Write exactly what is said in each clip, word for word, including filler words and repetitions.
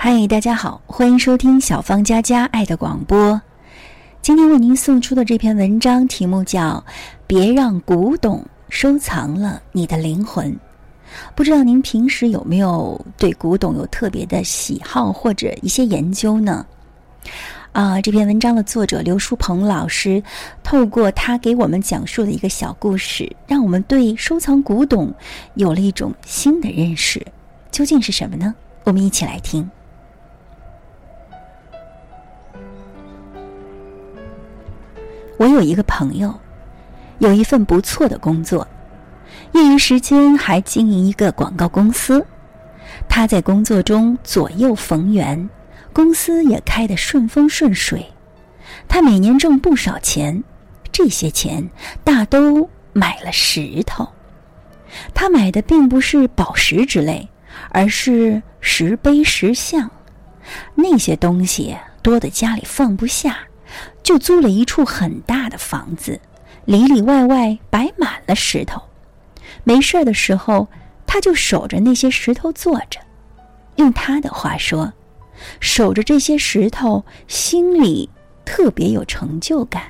嗨，大家好，欢迎收听小芳佳佳爱的广播。今天为您送出的这篇文章题目叫《别让古董收藏了你的灵魂》。不知道您平时有没有对古董有特别的喜好或者一些研究呢？啊，这篇文章的作者刘书鹏老师透过他给我们讲述的一个小故事，让我们对收藏古董有了一种新的认识。究竟是什么呢？我们一起来听。我有一个朋友，有一份不错的工作，业余时间还经营一个广告公司。他在工作中左右逢源，公司也开得顺风顺水。他每年挣不少钱，这些钱大都买了石头。他买的并不是宝石之类，而是石碑石像。那些东西多得家里放不下，就租了一处很大的房子，里里外外摆满了石头。没事的时候，他就守着那些石头坐着。用他的话说，守着这些石头，心里特别有成就感。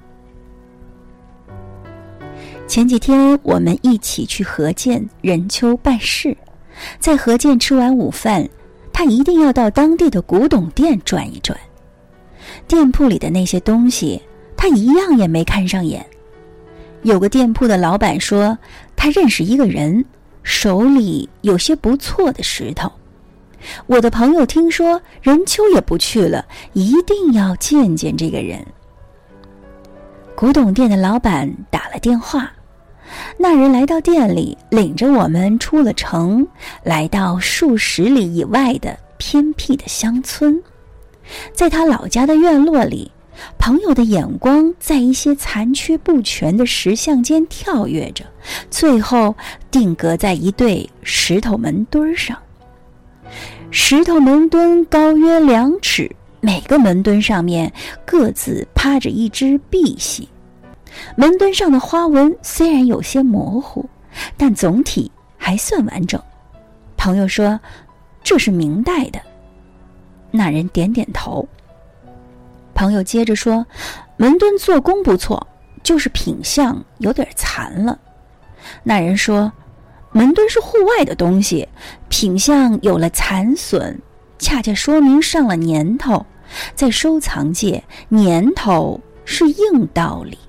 前几天我们一起去河涧任丘办事，在河涧吃完午饭，他一定要到当地的古董店转一转。店铺里的那些东西，他一样也没看上眼。有个店铺的老板说，他认识一个人，手里有些不错的石头。我的朋友听说任丘也不去了，一定要见见这个人。古董店的老板打了电话，那人来到店里，领着我们出了城，来到数十里以外的偏僻的乡村。在他老家的院落里，朋友的眼光在一些残缺不全的石像间跳跃着，最后定格在一对石头门墩上。石头门墩高约两尺，每个门墩上面各自趴着一只赑屃。门墩上的花纹虽然有些模糊，但总体还算完整。朋友说，这是明代的。那人点点头。朋友接着说，门墩做工不错，就是品相有点残了。那人说，门墩是户外的东西，品相有了残损，恰恰说明上了年头。在收藏界，年头是硬道理。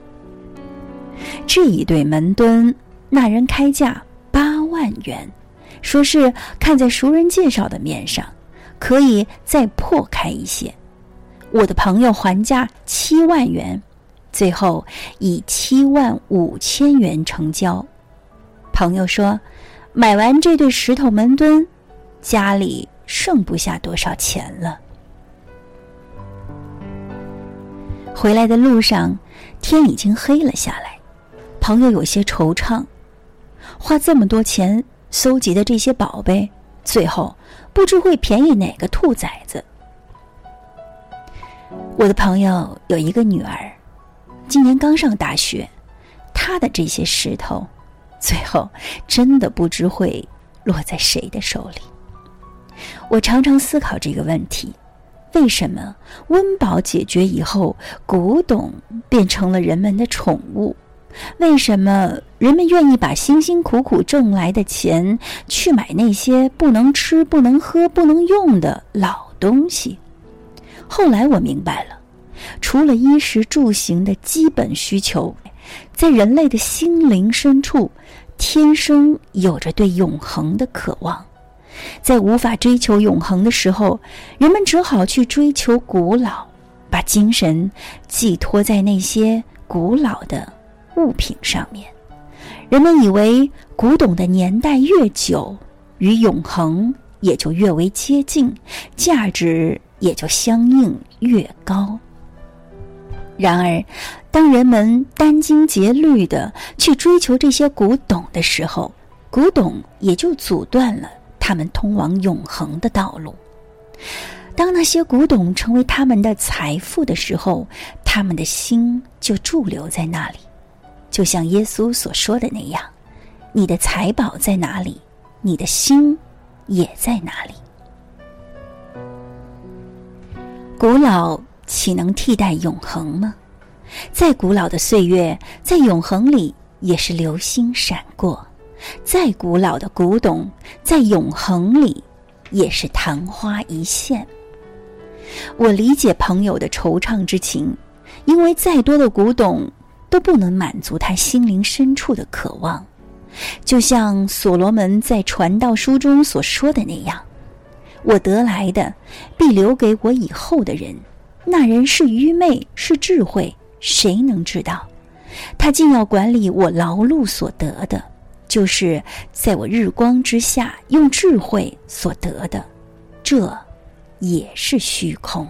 这一对门墩，那人开价八万元，说是看在熟人介绍的面上，可以再破开一些。我的朋友还价七万元，最后以七万五千元成交。朋友说，买完这对石头门墩，家里剩不下多少钱了。回来的路上，天已经黑了下来，朋友有些惆怅，花这么多钱搜集的这些宝贝，最后不知会便宜哪个兔崽子。我的朋友有一个女儿，今年刚上大学，她的这些石头，最后真的不知会落在谁的手里。我常常思考这个问题，为什么温饱解决以后，古董变成了人们的宠物？为什么人们愿意把辛辛苦苦挣来的钱去买那些不能吃、不能喝、不能用的老东西？后来我明白了，除了衣食住行的基本需求，在人类的心灵深处，天生有着对永恒的渴望。在无法追求永恒的时候，人们只好去追求古老，把精神寄托在那些古老的物品上面。人们以为古董的年代越久，与永恒也就越为接近，价值也就相应越高。然而，当人们殚精竭虑地去追求这些古董的时候，古董也就阻断了他们通往永恒的道路。当那些古董成为他们的财富的时候，他们的心就驻留在那里。就像耶稣所说的那样，你的财宝在哪里，你的心也在哪里。 古老岂能替代永恒吗？再古老的岁月，在永恒里也是流星闪过；再古老的古董，在永恒里也是昙花一现。我理解朋友的惆怅之情，因为再多的古董都不能满足他心灵深处的渴望。就像所罗门在传道书中所说的那样，我得来的必留给我以后的人，那人是愚昧是智慧，谁能知道？他竟要管理我劳碌所得的，就是在我日光之下用智慧所得的，这也是虚空。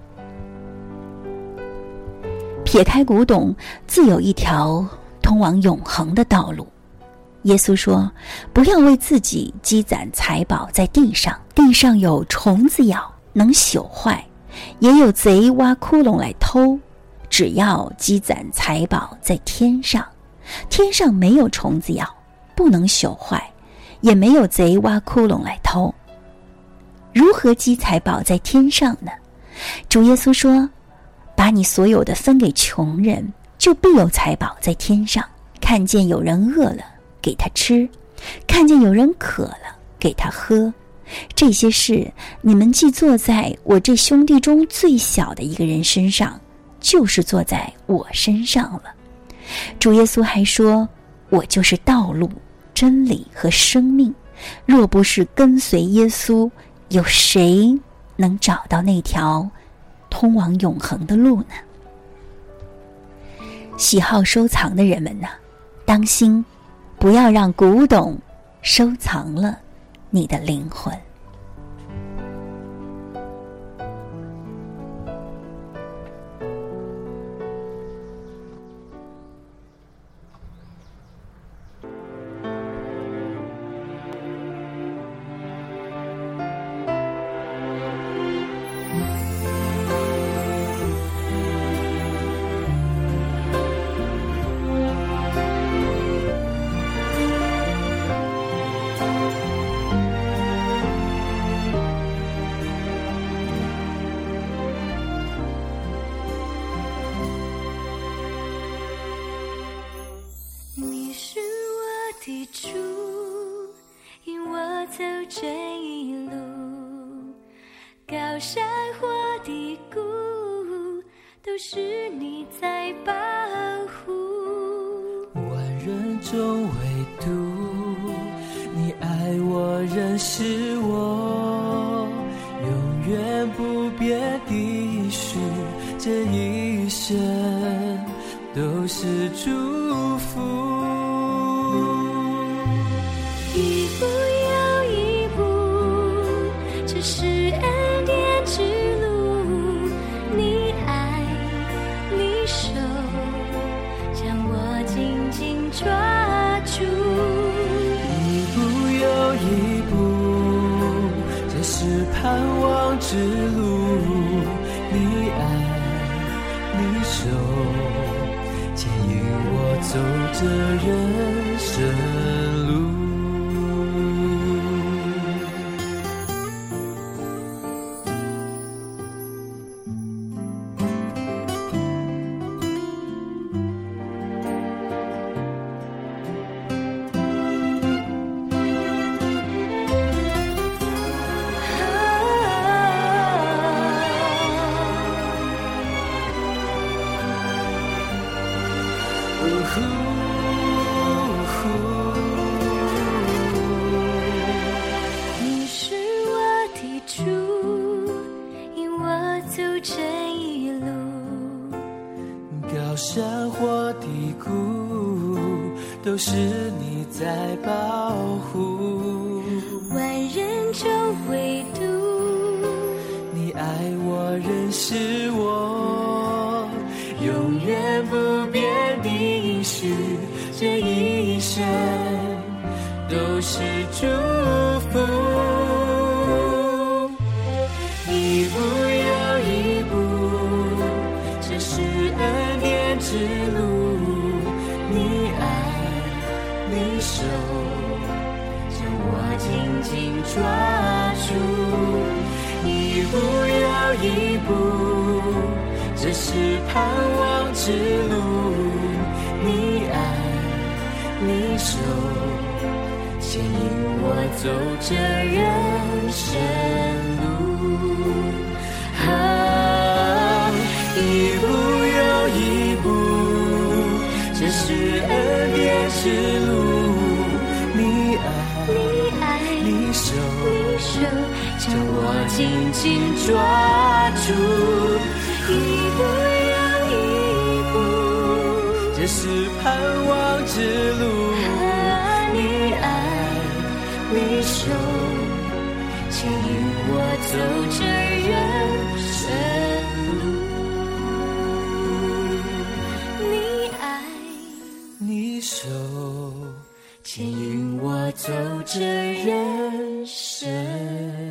撇开古董，自有一条通往永恒的道路。耶稣说，不要为自己积攒财宝在地上，地上有虫子咬，能朽坏，也有贼挖窟窿来偷，只要积攒财宝在天上，天上没有虫子咬，不能朽坏，也没有贼挖窟窿来偷。如何积财宝在天上呢？主耶稣说，把你所有的分给穷人，就必有财宝在天上。看见有人饿了，给他吃；看见有人渴了，给他喝。这些事你们既做在我这兄弟中最小的一个人身上，就是做在我身上了。主耶稣还说，我就是道路、真理和生命，若不是跟随耶稣，有谁能找到那条通往永恒的路呢？喜好收藏的人们呢，当心不要让古董收藏了你的灵魂。 的主，引我走这一路，高山或低谷，都是你在保护。 万人中唯独你爱我，认识我，永远不变的许，这一生都是祝福。 一步又一步，这是恩典之路，你爱你手将我紧紧抓住。 一步又一步，这是盼望之路，你爱你手牵引我走这人生路。 你是我的主，引我走这一路， 高山或低谷，都是你在保护。 万人中唯独你爱我，认识我，永远不变的应许，这一生都是祝福。一步又一步，这是恩典之路，你爱你手将我紧紧抓住。一步又一步，这是盼望之路。你爱，你手牵引我走这人生路。啊，一步又一步，这是恩典之路。你爱， 你爱， 你手你手将我紧紧抓住，一步又一步，这是盼望之路。你爱，你手牵引我走这人生路。你爱，你手牵引我走这人生